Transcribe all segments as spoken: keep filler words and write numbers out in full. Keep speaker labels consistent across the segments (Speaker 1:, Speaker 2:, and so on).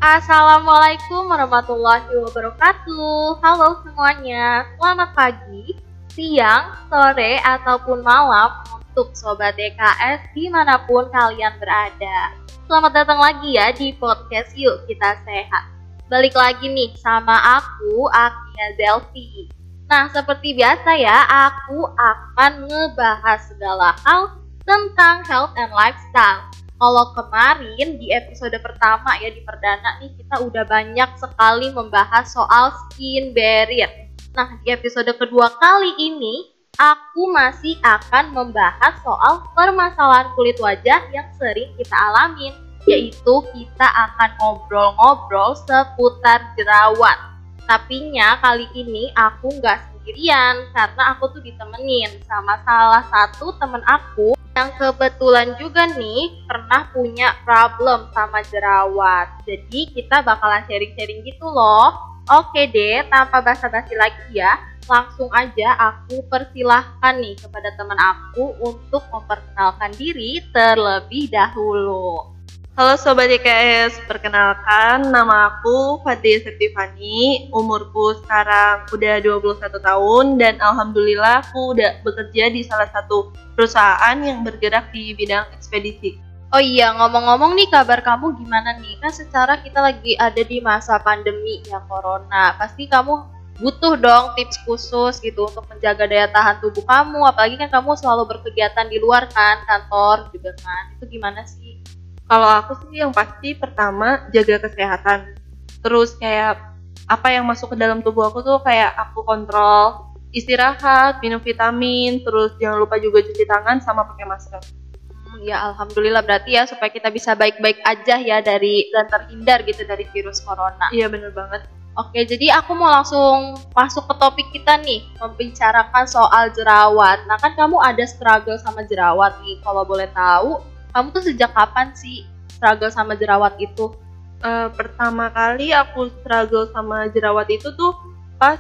Speaker 1: Assalamualaikum warahmatullahi wabarakatuh. Halo semuanya, selamat pagi, siang, sore, ataupun malam untuk Sobat D K S dimanapun kalian berada. Selamat datang lagi ya di podcast Yuk Kita Sehat. Balik lagi nih sama aku, Akia Zelfi. Nah, seperti biasa ya, aku akan ngebahas segala hal tentang health and lifestyle. Kalau kemarin di episode pertama ya, di perdana nih, kita udah banyak sekali membahas soal skin barrier. Nah, di episode kedua kali ini aku masih akan membahas soal permasalahan kulit wajah yang sering kita alamin, yaitu kita akan ngobrol-ngobrol seputar jerawat. Tapinya kali ini aku nggak sendirian, karena aku tuh ditemenin sama salah satu temen aku yang kebetulan juga nih pernah punya problem sama jerawat. Jadi kita bakalan sharing-sharing gitu loh. Oke deh, tanpa basa-basi lagi ya, langsung aja aku persilahkan nih kepada teman aku untuk memperkenalkan diri terlebih dahulu.
Speaker 2: Halo Sobat D K S, perkenalkan nama aku Fathia Septifani, umurku sekarang udah dua puluh satu tahun dan alhamdulillah aku udah bekerja di salah satu perusahaan yang bergerak di bidang ekspedisi.
Speaker 1: Oh iya, ngomong-ngomong nih, kabar kamu gimana nih? Kan secara kita lagi ada di masa pandemi ya, corona. Pasti kamu butuh dong tips khusus gitu untuk menjaga daya tahan tubuh kamu, apalagi kan kamu selalu berkegiatan di luar kan, kantor juga kan. Itu gimana sih?
Speaker 2: Kalau aku sih yang pasti pertama jaga kesehatan. Terus kayak apa yang masuk ke dalam tubuh aku tuh kayak aku kontrol, istirahat, minum vitamin, terus jangan lupa juga cuci tangan sama pakai masker.
Speaker 1: Hmm, ya alhamdulillah, berarti ya supaya kita bisa baik-baik aja ya dari dan terhindar gitu dari virus corona.
Speaker 2: Iya bener banget.
Speaker 1: Oke, jadi aku mau langsung masuk ke topik kita nih, membicarakan soal jerawat. Nah kan kamu ada struggle sama jerawat nih, kalau boleh tahu kamu tuh sejak kapan sih struggle sama jerawat itu?
Speaker 2: Uh, pertama kali aku struggle sama jerawat itu tuh pas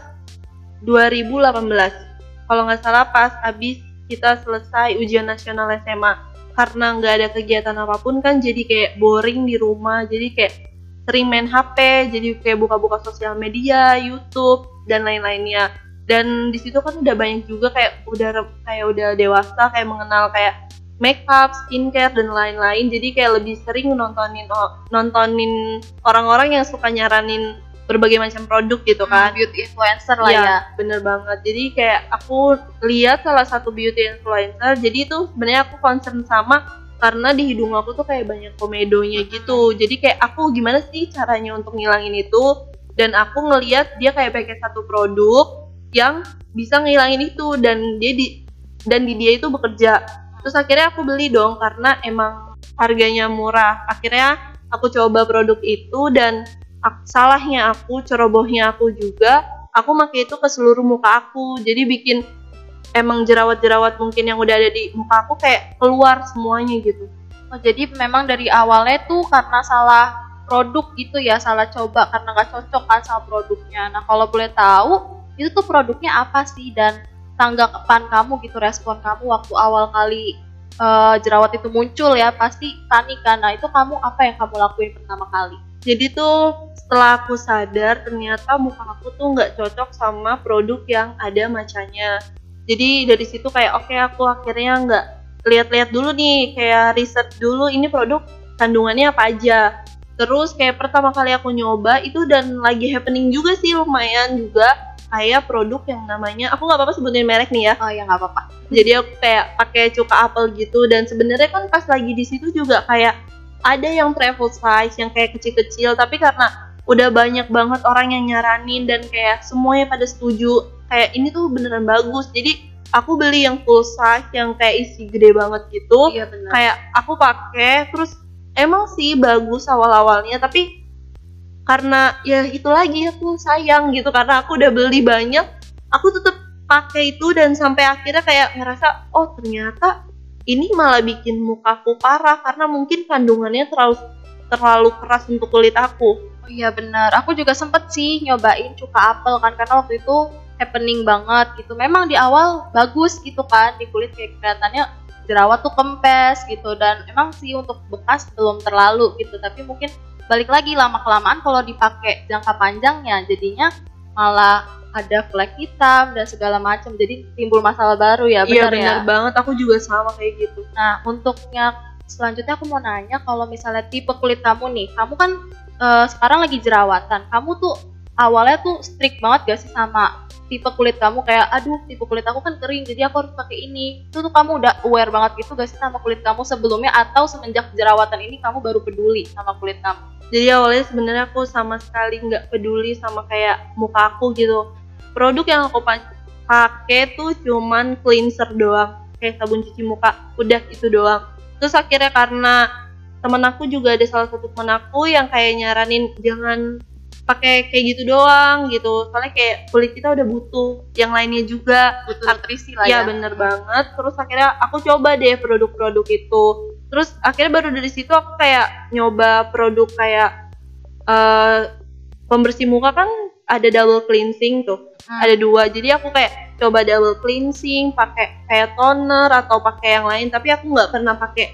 Speaker 2: dua ribu delapan belas. Kalau nggak salah pas abis kita selesai ujian nasional S M A. Karena nggak ada kegiatan apapun kan, jadi kayak boring di rumah. Jadi kayak sering main H P, jadi kayak buka-buka sosial media, YouTube, dan lain-lainnya. Dan di situ kan udah banyak juga kayak udah kayak udah dewasa, kayak mengenal kayak makeup, skincare dan lain-lain. Jadi kayak lebih sering nontonin nontonin orang-orang yang suka nyaranin berbagai macam produk gitu kan.
Speaker 1: Hmm, beauty influencer lah
Speaker 2: ya.
Speaker 1: Ya.
Speaker 2: Bener banget. Jadi kayak aku lihat salah satu beauty influencer. Jadi itu sebenarnya aku concern sama karena di hidung aku tuh kayak banyak komedonya gitu. Jadi kayak aku gimana sih caranya untuk ngilangin itu? Dan aku ngelihat dia kayak pakai satu produk yang bisa ngilangin itu, dan dia di dan di dia itu bekerja. Terus akhirnya aku beli dong karena emang harganya murah. Akhirnya aku coba produk itu dan ak- salahnya aku, cerobohnya aku juga, aku pakai itu ke seluruh muka aku. Jadi bikin emang jerawat-jerawat mungkin yang udah ada di muka aku kayak keluar semuanya gitu.
Speaker 1: Oh, jadi memang dari awalnya tuh karena salah produk gitu ya, salah coba karena nggak cocok kan sama produknya. Nah kalau boleh tahu itu tuh produknya apa sih, dan tanggapan kamu gitu, respon kamu waktu awal kali uh, jerawat itu muncul ya, pasti panik kan. Nah itu kamu apa yang kamu lakuin pertama kali?
Speaker 2: Jadi tuh setelah aku sadar ternyata muka aku tuh nggak cocok sama produk yang ada macanya. Jadi dari situ kayak oke okay, aku akhirnya nggak lihat-lihat dulu nih, kayak riset dulu ini produk kandungannya apa aja. Terus kayak pertama kali aku nyoba itu dan lagi happening juga sih, lumayan juga. Kayak produk yang namanya, aku nggak apa-apa sebutin merek nih ya.
Speaker 1: Oh ya nggak apa-apa.
Speaker 2: Jadi aku kayak pakai cuka apel gitu, dan sebenarnya kan pas lagi di situ juga kayak ada yang travel size yang kayak kecil-kecil, tapi karena udah banyak banget orang yang nyaranin dan kayak semuanya pada setuju kayak ini tuh beneran bagus. Jadi aku beli yang full size yang kayak isi gede banget gitu.
Speaker 1: Iya benar.
Speaker 2: Kayak aku pakai, terus emang sih bagus awal-awalnya, tapi karena ya itu lagi aku sayang gitu, karena aku udah beli banyak, aku tetap pakai itu dan sampai akhirnya kayak ngerasa oh ternyata ini malah bikin mukaku parah karena mungkin kandungannya terlalu terlalu keras untuk kulit aku.
Speaker 1: Oh iya benar, aku juga sempet sih nyobain cuka apel kan, karena waktu itu happening banget gitu. Memang di awal bagus gitu kan, di kulit kayak kelihatannya jerawat tuh kempes gitu, dan emang sih untuk bekas belum terlalu gitu, tapi mungkin balik lagi lama-kelamaan kalau dipakai jangka panjangnya jadinya malah ada flek hitam dan segala macam, jadi timbul masalah baru ya.
Speaker 2: Iya
Speaker 1: benar ya.
Speaker 2: benar banget, aku juga sama kayak gitu.
Speaker 1: Nah, untuknya selanjutnya aku mau nanya, kalau misalnya tipe kulit kamu nih, kamu kan eh, sekarang lagi jerawatan, kamu tuh awalnya tuh strict banget gak sih sama tipe kulit kamu, kayak aduh tipe kulit aku kan kering jadi aku harus pakai ini. Itu tuh kamu udah aware banget gitu gak sih sama kulit kamu sebelumnya, atau semenjak jerawatan ini kamu baru peduli sama kulit kamu?
Speaker 2: Jadi awalnya sebenarnya aku sama sekali nggak peduli sama kayak muka aku gitu. Produk yang aku pa- pakai tuh cuman cleanser doang, kayak sabun cuci muka, udah itu doang. Terus akhirnya karena temen aku juga ada salah satu temen aku yang kayak nyaranin jangan pakai kayak gitu doang gitu, soalnya kayak kulit kita udah butuh yang lainnya juga,
Speaker 1: Butuh nutrisi lah
Speaker 2: ya
Speaker 1: ya.
Speaker 2: bener banget. Terus akhirnya aku coba deh produk-produk itu, terus akhirnya baru dari situ aku kayak nyoba produk kayak uh, pembersih muka kan ada double cleansing tuh,
Speaker 1: Hmm.
Speaker 2: ada dua, jadi aku kayak coba double cleansing pakai kayak toner atau pakai yang lain, tapi aku nggak pernah pakai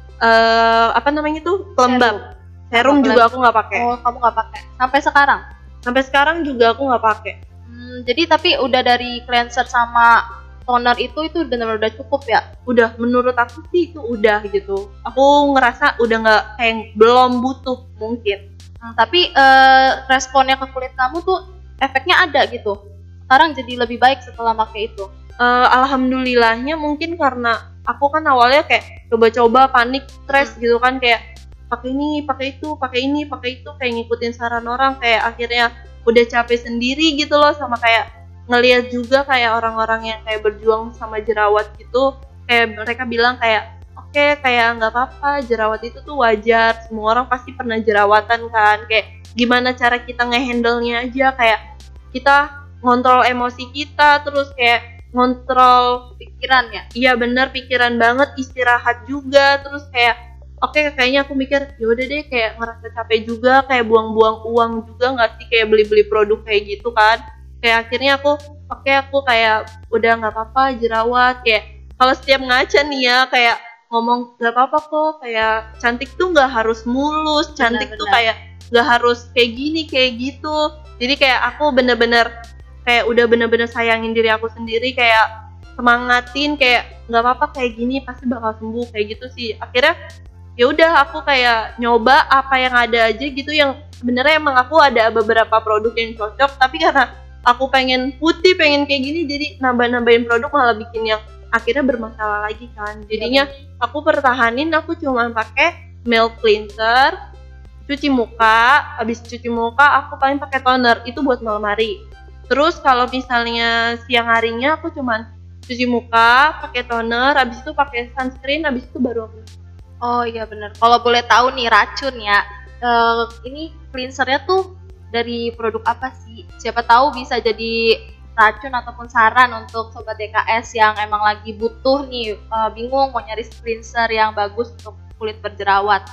Speaker 2: uh, apa namanya tuh pelembab serum,
Speaker 1: Apa
Speaker 2: juga aku nggak pakai.
Speaker 1: Oh, kamu nggak pakai sampai sekarang?
Speaker 2: Sampai sekarang juga aku nggak pakai.
Speaker 1: Hmm, jadi tapi udah dari cleanser sama toner itu itu benar-benar udah cukup ya?
Speaker 2: Udah, menurut aku sih itu udah gitu. Aku ngerasa udah nggak kayak belum butuh mungkin.
Speaker 1: Hmm, tapi eh, responnya ke kulit kamu tuh efeknya ada gitu. Sekarang jadi lebih baik setelah pakai itu.
Speaker 2: Uh, alhamdulillahnya mungkin karena aku kan awalnya kayak coba-coba panik, stres
Speaker 1: Hmm.
Speaker 2: gitu kan, kayak pakai ini, pakai itu, pakai ini, pakai itu, kayak ngikutin saran orang, kayak akhirnya udah capek sendiri gitu loh, sama kayak ngelihat juga kayak orang-orang yang kayak berjuang sama jerawat gitu, kayak mereka bilang kayak oke okay, kayak nggak apa-apa, jerawat itu tuh wajar, semua orang pasti pernah jerawatan kan, kayak gimana cara kita ngehandle-nya aja, kayak kita ngontrol emosi kita, terus kayak ngontrol
Speaker 1: Pikiran ya?
Speaker 2: iya bener, pikiran banget, istirahat juga, terus kayak oke okay, kayaknya aku mikir yaudah deh, kayak ngerasa capek juga, kayak buang-buang uang juga nggak sih, kayak beli-beli produk kayak gitu kan, kayak akhirnya aku oke okay, aku kayak udah nggak apa-apa jerawat, kayak kalau setiap ngaca nih ya kayak ngomong nggak apa-apa kok, kayak cantik tuh nggak harus mulus, cantik
Speaker 1: Benar,
Speaker 2: tuh
Speaker 1: benar.
Speaker 2: kayak nggak harus kayak gini kayak gitu. Jadi kayak aku bener-bener kayak udah bener-bener sayangin diri aku sendiri, kayak semangatin kayak nggak apa-apa kayak gini pasti bakal sembuh kayak gitu sih. Akhirnya ya udah aku kayak nyoba apa yang ada aja gitu, yang sebenarnya emang aku ada beberapa produk yang cocok, tapi karena aku pengen putih, pengen kayak gini, jadi nambah-nambahin produk malah bikin yang akhirnya bermasalah lagi kan. Jadinya aku pertahanin, aku cuma pakai milk cleanser, cuci muka, habis cuci muka aku paling pakai toner, itu buat malam hari. Terus kalau misalnya siang harinya aku cuman cuci muka, pakai toner, habis itu pakai sunscreen, habis itu baru aku.
Speaker 1: Oh iya benar. Kalau boleh tahu nih racun ya, eh, ini cleansernya tuh dari produk apa sih? Siapa tahu bisa jadi racun ataupun saran untuk sobat D K S yang emang lagi butuh nih, eh, bingung mau nyari cleanser yang bagus untuk kulit berjerawat.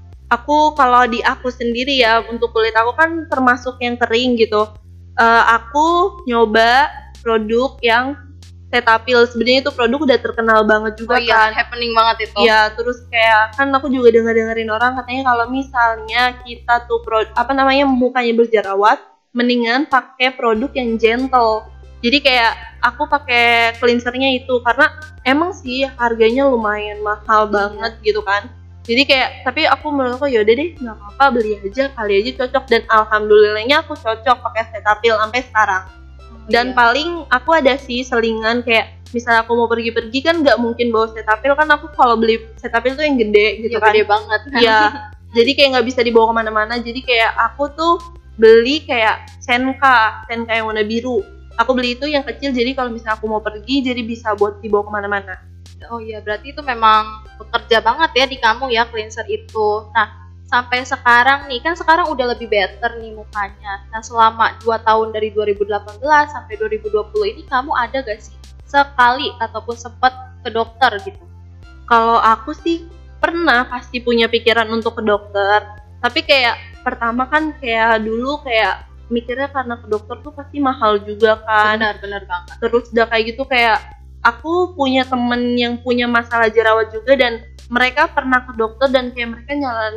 Speaker 2: Aku kalau di aku sendiri ya, untuk kulit aku kan termasuk yang kering gitu. Uh, aku nyoba produk yang Cetaphil. Sebenarnya itu produk udah terkenal banget juga.
Speaker 1: Oh iya,
Speaker 2: kan
Speaker 1: happening banget itu.
Speaker 2: Iya, terus kayak kan aku juga denger-dengerin orang katanya kalau misalnya kita tuh pro, apa namanya mukanya berjerawat, mendingan pakai produk yang gentle. Jadi kayak aku pakai cleansernya itu karena emang sih harganya lumayan mahal banget gitu kan. Jadi kayak, tapi aku menurut aku yaudah deh nggak apa-apa, beli aja, kali aja cocok, dan alhamdulillahnya aku cocok pakai Cetaphil sampai sekarang. Dan
Speaker 1: Iya.
Speaker 2: paling aku ada sih selingan, kayak misalnya aku mau pergi-pergi kan nggak mungkin bawa Cetaphil kan, aku kalau beli Cetaphil tuh yang gede gitu
Speaker 1: Iya,
Speaker 2: kan.
Speaker 1: gede banget.
Speaker 2: Iya, jadi kayak nggak bisa dibawa kemana-mana. Jadi kayak aku tuh beli kayak Senka, Senka yang warna biru. Aku beli itu yang kecil, jadi kalau misalnya aku mau pergi jadi bisa buat dibawa kemana-mana.
Speaker 1: Oh iya, berarti itu memang bekerja banget ya di kamu ya cleanser itu. Nah, sampai sekarang nih, kan sekarang udah lebih better nih mukanya. Nah, selama dua tahun dari dua ribu delapan belas sampai dua ribu dua puluh ini kamu ada gak sih sekali ataupun sempat ke dokter gitu?
Speaker 2: Kalau aku sih pernah pasti punya pikiran untuk ke dokter. Tapi kayak pertama kan kayak dulu kayak mikirnya karena ke dokter tuh pasti mahal juga kan.
Speaker 1: Benar-benar banget.
Speaker 2: Terus udah kayak gitu kayak aku punya temen yang punya masalah jerawat juga, dan mereka pernah ke dokter dan kayak mereka nyaranin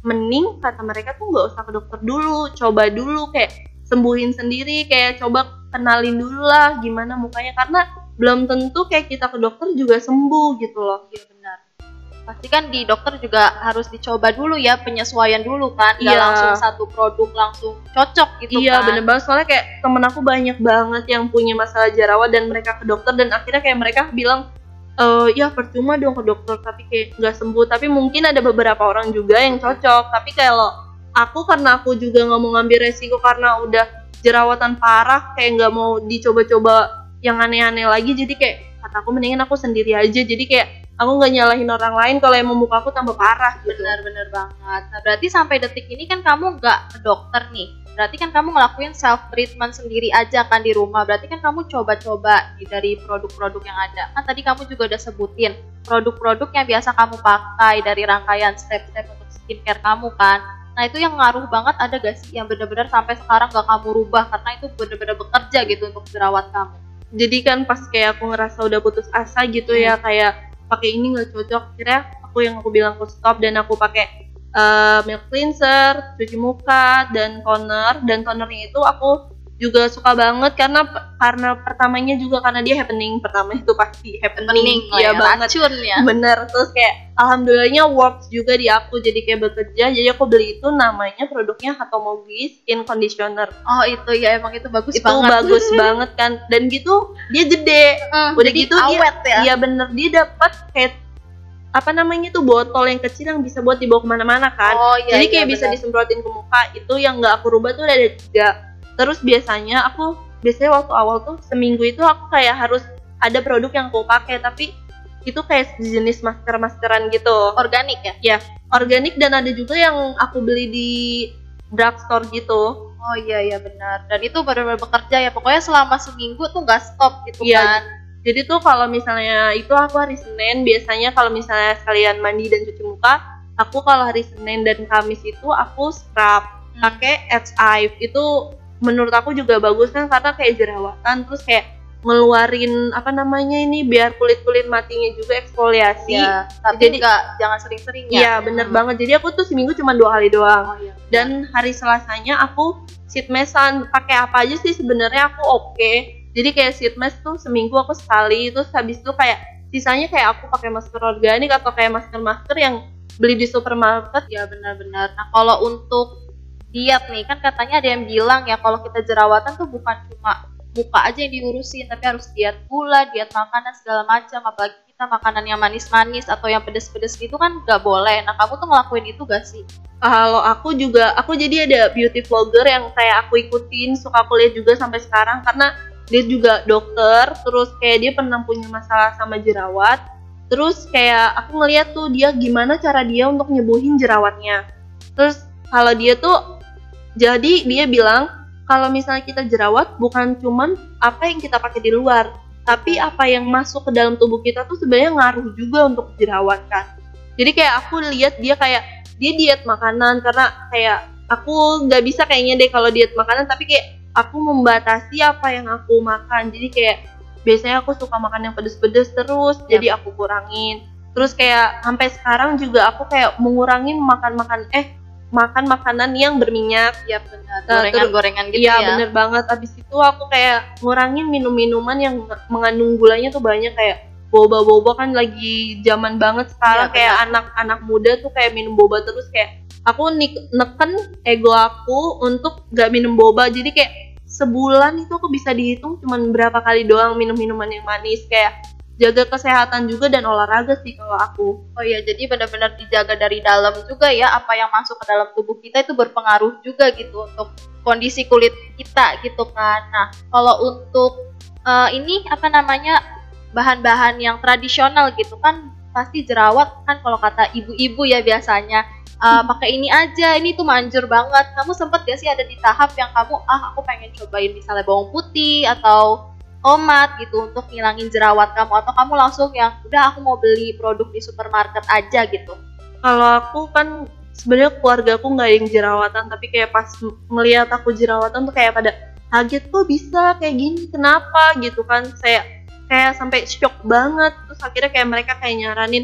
Speaker 2: mending kata mereka tuh nggak usah ke dokter dulu, coba dulu kayak sembuhin sendiri, kayak coba kenalin dulu lah gimana mukanya, karena belum tentu kayak kita ke dokter juga sembuh gitu loh.
Speaker 1: Iya benar. Pasti kan di dokter juga harus dicoba dulu ya, penyesuaian dulu kan, nggak
Speaker 2: Iya.
Speaker 1: langsung satu produk langsung cocok gitu
Speaker 2: Iya
Speaker 1: kan.
Speaker 2: bener banget, soalnya kayak temen aku banyak banget yang punya masalah jerawat dan mereka ke dokter dan akhirnya kayak mereka bilang e, ya percuma dong ke dokter tapi kayak nggak sembuh. Tapi mungkin ada beberapa orang juga yang cocok, tapi kalau aku karena aku juga nggak mau ngambil resiko karena udah jerawatan parah, kayak nggak mau dicoba-coba yang aneh-aneh lagi, jadi kayak kata aku mendingan aku sendiri aja, jadi kayak aku nggak nyalahin orang lain kalau emang muka aku tambah parah gitu.
Speaker 1: Benar-benar banget. Nah berarti sampai detik ini kan kamu nggak ke dokter nih, berarti kan kamu ngelakuin self treatment sendiri aja kan di rumah. Berarti kan kamu coba-coba nih dari produk-produk yang ada. Kan tadi kamu juga udah sebutin produk-produk yang biasa kamu pakai dari rangkaian step-step untuk skincare kamu kan. Nah itu yang ngaruh banget ada gak sih yang benar-benar sampai sekarang gak kamu rubah karena itu benar-benar bekerja gitu untuk jerawat kamu?
Speaker 2: Jadi kan pas kayak aku ngerasa udah putus asa gitu
Speaker 1: Hmm.
Speaker 2: ya, kayak pakai ini nggak cocok, akhirnya aku yang aku bilang aku stop dan aku pakai uh, milk cleanser, cuci muka dan toner. Dan tonernya itu aku juga suka banget karena karena pertamanya juga karena dia happening, pertama itu pasti happening,
Speaker 1: lah
Speaker 2: iya
Speaker 1: ya,
Speaker 2: banget,
Speaker 1: racun ya.
Speaker 2: bener. Terus kayak alhamdulillahnya works juga di aku, jadi kayak bekerja. Jadi aku beli itu namanya produknya Hatomogi Skin Conditioner.
Speaker 1: Oh itu ya emang itu bagus
Speaker 2: Itu
Speaker 1: banget.
Speaker 2: bagus banget kan, dan gitu dia gede.
Speaker 1: Hmm,
Speaker 2: Udah
Speaker 1: jadi
Speaker 2: gitu dia-
Speaker 1: awet ya.
Speaker 2: Iya bener, dia dapat kayak apa namanya tuh botol yang kecil yang bisa buat dibawa kemana-mana kan.
Speaker 1: Oh iya.
Speaker 2: Jadi kayak
Speaker 1: iya,
Speaker 2: bisa
Speaker 1: benar.
Speaker 2: disemprotin ke muka. Itu yang nggak aku rubah tuh ada tiga. Terus biasanya aku biasanya waktu awal tuh seminggu itu aku kayak harus ada produk yang aku pakai, tapi itu kayak jenis masker-maskeran gitu,
Speaker 1: organik ya.
Speaker 2: organik, dan ada juga yang aku beli di drugstore gitu.
Speaker 1: Oh iya iya benar. Dan itu benar-benar bekerja ya. Pokoknya selama seminggu tuh nggak stop gitu
Speaker 2: Iya.
Speaker 1: kan.
Speaker 2: Jadi tuh kalau misalnya itu aku hari Senin, biasanya kalau misalnya sekalian mandi dan cuci muka, aku kalau hari Senin dan Kamis itu aku scrub
Speaker 1: Hmm.
Speaker 2: pakai Edge Eye. Itu menurut aku juga bagus kan, karena kayak jerawatan terus kayak ngeluarin apa namanya ini biar kulit-kulit matinya juga eksfoliasi.
Speaker 1: Iya. Tapi
Speaker 2: Jadi-
Speaker 1: nggak jangan sering-sering ya.
Speaker 2: Iya bener banget. Jadi aku tuh seminggu cuma dua kali doang.
Speaker 1: Oh iya.
Speaker 2: Dan hari Selasanya aku sheet mask-an, pakai apa aja sih sebenarnya aku oke. Jadi kayak sheet mask tuh seminggu aku sekali, terus habis itu kayak sisanya kayak aku pakai masker organik atau kayak masker-masker yang beli di supermarket.
Speaker 1: Ya benar-benar. Nah kalau untuk diet nih kan katanya ada yang bilang ya kalau kita jerawatan tuh bukan cuma muka aja yang diurusin, tapi harus diet gula, diet makanan segala macam. Apalagi kita makanan yang manis-manis atau yang pedes-pedes gitu kan nggak boleh. Nah kamu tuh ngelakuin itu gak sih?
Speaker 2: Kalau aku juga, aku jadi ada beauty vlogger yang kayak aku ikutin, suka aku lihat juga sampai sekarang karena dia juga dokter, terus kayak dia pernah punya masalah sama jerawat. Terus kayak aku ngeliat tuh dia gimana cara dia untuk nyembuhin jerawatnya. Terus kalau dia tuh, jadi dia bilang kalau misalnya kita jerawat bukan cuman apa yang kita pakai di luar, tapi apa yang masuk ke dalam tubuh kita tuh sebenarnya ngaruh juga untuk jerawat kan. Jadi kayak aku lihat dia kayak dia diet makanan, karena kayak aku nggak bisa kayaknya deh kalau diet makanan, tapi kayak aku membatasi apa yang aku makan. Jadi kayak biasanya aku suka makan yang pedes-pedes terus,
Speaker 1: Yap.
Speaker 2: jadi aku kurangin. Terus kayak sampai sekarang juga aku kayak mengurangin makan-makan eh makan makanan yang berminyak.
Speaker 1: Ya benar.
Speaker 2: Nah,
Speaker 1: Gorengan-gorengan gitu
Speaker 2: Iya
Speaker 1: ya.
Speaker 2: bener banget. Abis itu aku kayak ngurangin minum-minuman yang mengandung gulanya tuh banyak, kayak boba-boba kan lagi zaman banget sekarang.
Speaker 1: Iya,
Speaker 2: Kayak anak-anak muda tuh kayak minum boba terus, kayak aku nik- neken ego aku untuk gak minum boba. Jadi kayak sebulan itu aku bisa dihitung cuman berapa kali doang minum minuman yang manis. Kayak jaga kesehatan juga dan olahraga sih kalau aku.
Speaker 1: Oh iya, jadi benar-benar dijaga dari dalam juga ya, apa yang masuk ke dalam tubuh kita itu berpengaruh juga gitu untuk kondisi kulit kita gitu kan. Nah, kalau untuk uh, ini apa namanya bahan-bahan yang tradisional gitu kan pasti jerawat kan kalau kata ibu-ibu ya biasanya uh, pakai ini aja, ini tuh manjur banget. Kamu sempet gak sih ada di tahap yang kamu ah aku pengen cobain misalnya bawang putih atau tomat gitu untuk ngilangin jerawat kamu, atau kamu langsung yang udah aku mau beli produk di supermarket aja gitu?
Speaker 2: Kalau aku kan sebenarnya keluarga aku nggak yang jerawatan, tapi kayak pas melihat aku jerawatan tuh kayak pada kaget, kok bisa kayak gini, kenapa gitu kan. Saya kayak sampai shock banget. Terus akhirnya kayak mereka kayak nyaranin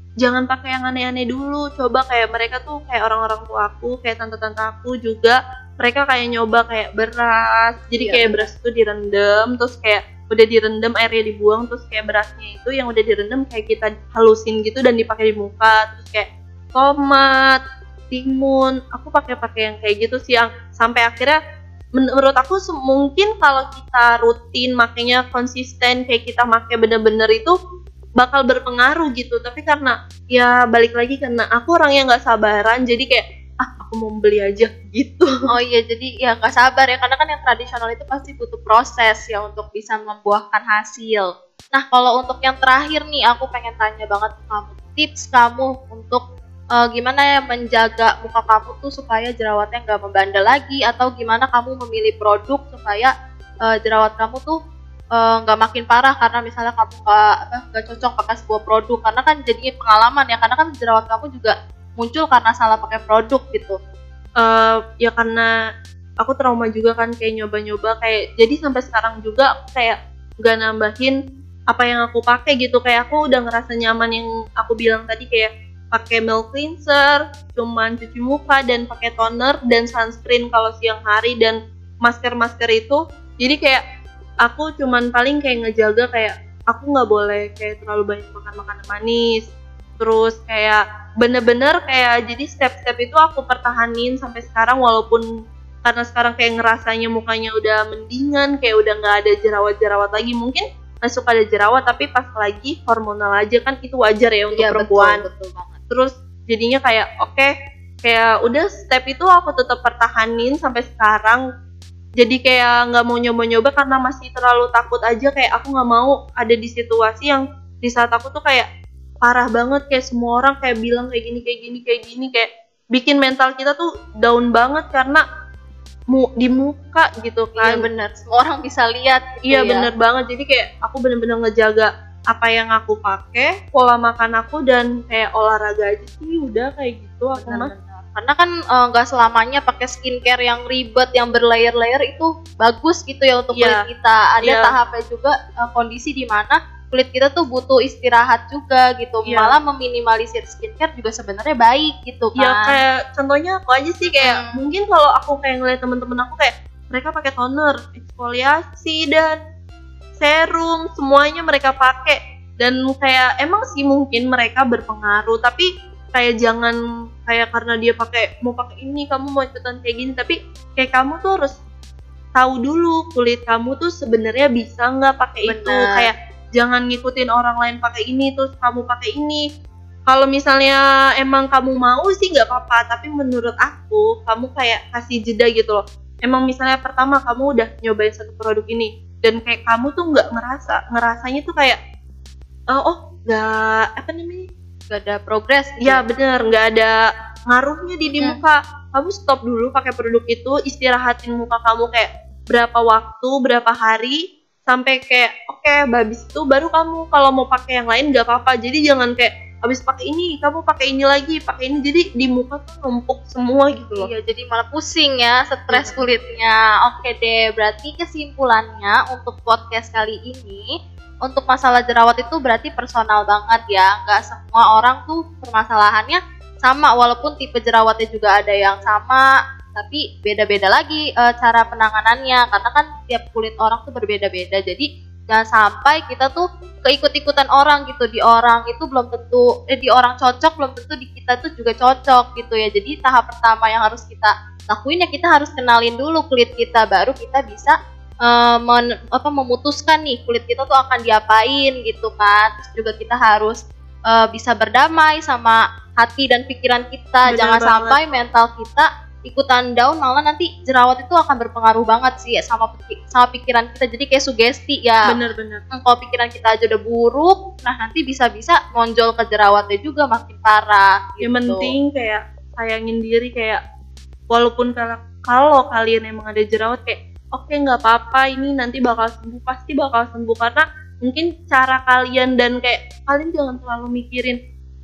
Speaker 2: jangan pakai yang aneh-aneh dulu. Coba kayak mereka tuh kayak orang-orang tua aku, kayak tante-tante aku juga, mereka kayak nyoba kayak beras. Jadi
Speaker 1: Iya.
Speaker 2: kayak beras itu direndam, terus kayak udah direndam airnya dibuang, terus kayak berasnya itu yang udah direndam kayak kita halusin gitu dan dipakai di muka. Terus kayak tomat, timun, aku pakai-pakai yang kayak gitu sih, yang sampai akhirnya menurut aku se- mungkin kalau kita rutin makanya konsisten kayak kita pakai bener-bener itu bakal berpengaruh gitu. Tapi karena ya balik lagi karena aku orang yang nggak sabaran, jadi kayak ah aku mau beli aja gitu.
Speaker 1: Oh iya, jadi ya nggak sabar ya, karena kan yang tradisional itu pasti butuh proses ya untuk bisa membuahkan hasil. Nah, kalau untuk yang terakhir nih, aku pengen tanya banget ke kamu, tips kamu untuk eh, gimana ya menjaga muka kamu tuh supaya jerawatnya nggak membandel lagi, atau gimana kamu memilih produk supaya eh, jerawat kamu tuh eh, nggak makin parah karena misalnya kamu nggak apa nggak cocok pakai sebuah produk, karena kan jadinya pengalaman ya, karena kan jerawat kamu juga muncul karena salah pakai produk gitu.
Speaker 2: Eh, ya karena aku trauma juga kan kayak nyoba-nyoba kayak jadi sampai sekarang juga aku kayak gak nambahin apa yang aku pakai gitu. Kayak aku udah ngerasa nyaman yang aku bilang tadi, kayak pakai milk cleanser, cuman cuci muka dan pakai toner dan sunscreen kalau siang hari dan masker-masker itu. Jadi kayak aku cuman paling kayak ngejaga kayak aku nggak boleh kayak terlalu banyak makan makanan manis. Terus kayak bener-bener kayak jadi step-step itu aku pertahanin sampai sekarang, walaupun karena sekarang kayak ngerasanya mukanya udah mendingan, kayak udah nggak ada jerawat-jerawat lagi. Mungkin masuk ada jerawat tapi pas lagi hormonal aja, kan itu wajar ya untuk
Speaker 1: Iya,
Speaker 2: perempuan.
Speaker 1: betul, betul banget.
Speaker 2: Terus jadinya kayak oke okay, kayak udah step itu aku tetap pertahanin sampai sekarang. Jadi kayak nggak mau nyoba-nyoba karena masih terlalu takut aja, kayak aku nggak mau ada di situasi yang di saat aku tuh kayak parah banget, kayak semua orang kayak bilang kayak gini kayak gini kayak gini, kayak bikin mental kita tuh down banget karena mu di muka gitu
Speaker 1: Iya
Speaker 2: kan.
Speaker 1: bener, semua orang bisa lihat gitu
Speaker 2: Iya
Speaker 1: ya.
Speaker 2: bener banget. Jadi kayak aku bener-bener ngejaga apa yang aku pakai, pola makan aku, dan kayak olahraga aja sih udah kayak gitu aku mah.
Speaker 1: Benar-benar. Karena kan nggak uh, selamanya pakai skincare yang ribet, yang berlayer-layer itu bagus gitu ya untuk
Speaker 2: Iya.
Speaker 1: kulit kita. Ada
Speaker 2: Iya.
Speaker 1: tahapnya juga, uh, kondisi di mana kulit kita tuh butuh istirahat juga gitu.
Speaker 2: Iya.
Speaker 1: Malah meminimalisir skincare juga sebenarnya baik gitu kan.
Speaker 2: Ya kayak contohnya aku aja sih, kayak
Speaker 1: Hmm.
Speaker 2: mungkin kalau aku kayak ngeliat temen-temen aku kayak mereka pakai toner, eksfoliasi dan serum, semuanya mereka pakai, dan kayak emang sih mungkin mereka berpengaruh, tapi kayak jangan kayak karena dia pakai mau pakai ini kamu mau ikutan kayak gini. Tapi kayak kamu tuh harus tahu dulu kulit kamu tuh sebenarnya bisa nggak pakai itu.
Speaker 1: Benar.
Speaker 2: Kayak jangan ngikutin orang lain pakai ini terus kamu pakai ini. Kalau misalnya emang kamu mau sih nggak apa-apa, tapi menurut aku kamu kayak kasih jeda gitu loh. Emang misalnya pertama kamu udah nyobain satu produk ini dan kayak kamu tuh nggak ngerasa ngerasanya tuh kayak uh, oh nggak apa namanya
Speaker 1: Gak ada progres gitu.
Speaker 2: ya bener nggak ada ngaruhnya di di
Speaker 1: Hmm.
Speaker 2: muka, kamu stop dulu pakai produk itu, istirahatin muka kamu kayak berapa waktu berapa hari sampai kayak oke okay, habis itu baru kamu kalau mau pakai yang lain nggak apa-apa. Jadi jangan kayak habis pakai ini kamu pakai ini lagi pakai ini, jadi di muka tuh numpuk semua gitu loh.
Speaker 1: Iya, jadi malah pusing ya, stres
Speaker 2: Iya.
Speaker 1: kulitnya. Oke deh, berarti kesimpulannya untuk podcast kali ini, untuk masalah jerawat itu berarti personal banget ya. Nggak semua orang tuh permasalahannya sama, walaupun tipe jerawatnya juga ada yang sama, tapi beda-beda lagi e, cara penanganannya, karena kan tiap kulit orang tuh berbeda-beda. Jadi jangan sampai kita tuh keikut-ikutan orang gitu. Di orang itu belum tentu, eh, di orang cocok belum tentu di kita tuh juga cocok gitu ya. Jadi tahap pertama yang harus kita lakuin ya kita harus kenalin dulu kulit kita, baru kita bisa uh, men, apa, memutuskan nih kulit kita tuh akan diapain gitu kan. Terus juga kita harus uh, bisa berdamai sama hati dan pikiran kita.
Speaker 2: Benar
Speaker 1: Jangan
Speaker 2: banget.
Speaker 1: sampai mental kita ikutan down, malah nanti jerawat itu akan berpengaruh banget sih sama sama pikiran kita. Jadi kayak sugesti ya.
Speaker 2: Bener-bener.
Speaker 1: Hmm, kalau pikiran kita aja udah buruk, nah nanti bisa-bisa nonjol ke jerawatnya juga makin parah gitu.
Speaker 2: Yang penting kayak sayangin diri, kayak walaupun kalau kalau kalian emang ada jerawat kayak oke okay, nggak apa-apa, ini nanti bakal sembuh, pasti bakal sembuh. Karena mungkin cara kalian, dan kayak kalian jangan terlalu mikirin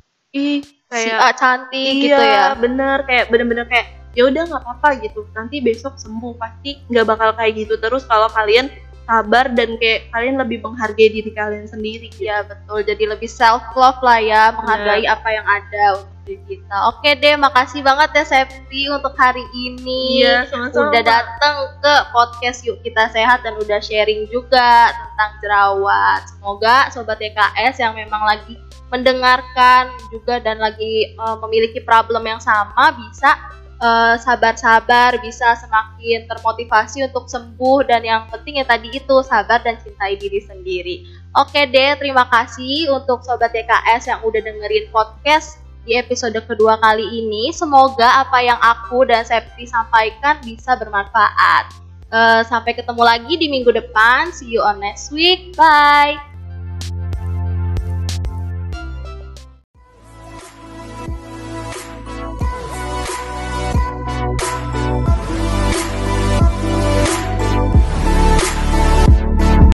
Speaker 2: ih
Speaker 1: Si
Speaker 2: kayak
Speaker 1: A cantik
Speaker 2: iya,
Speaker 1: gitu ya.
Speaker 2: bener, kayak bener-bener kayak ya udah nggak apa-apa gitu, nanti besok sembuh, pasti nggak bakal kayak gitu terus kalau kalian sabar dan kayak kalian lebih menghargai diri kalian sendiri.
Speaker 1: Iya betul, jadi lebih self love lah ya, menghargai apa yang ada untuk diri kita. Oke deh, makasih banget ya Septi untuk hari ini.
Speaker 2: Iya, sama-sama.
Speaker 1: Udah datang ke podcast Yuk Kita Sehat dan udah sharing juga tentang jerawat. Semoga sobat Y K S yang memang lagi mendengarkan juga dan lagi uh, memiliki problem yang sama bisa Uh, sabar-sabar, bisa semakin termotivasi untuk sembuh, dan yang penting ya tadi itu sabar dan cintai diri sendiri. Oke deh, terima kasih untuk sobat Y K S yang udah dengerin podcast di episode kedua kali ini. Semoga apa yang aku dan Septi sampaikan bisa bermanfaat. Uh, sampai ketemu lagi di minggu depan. See you on next week. Bye.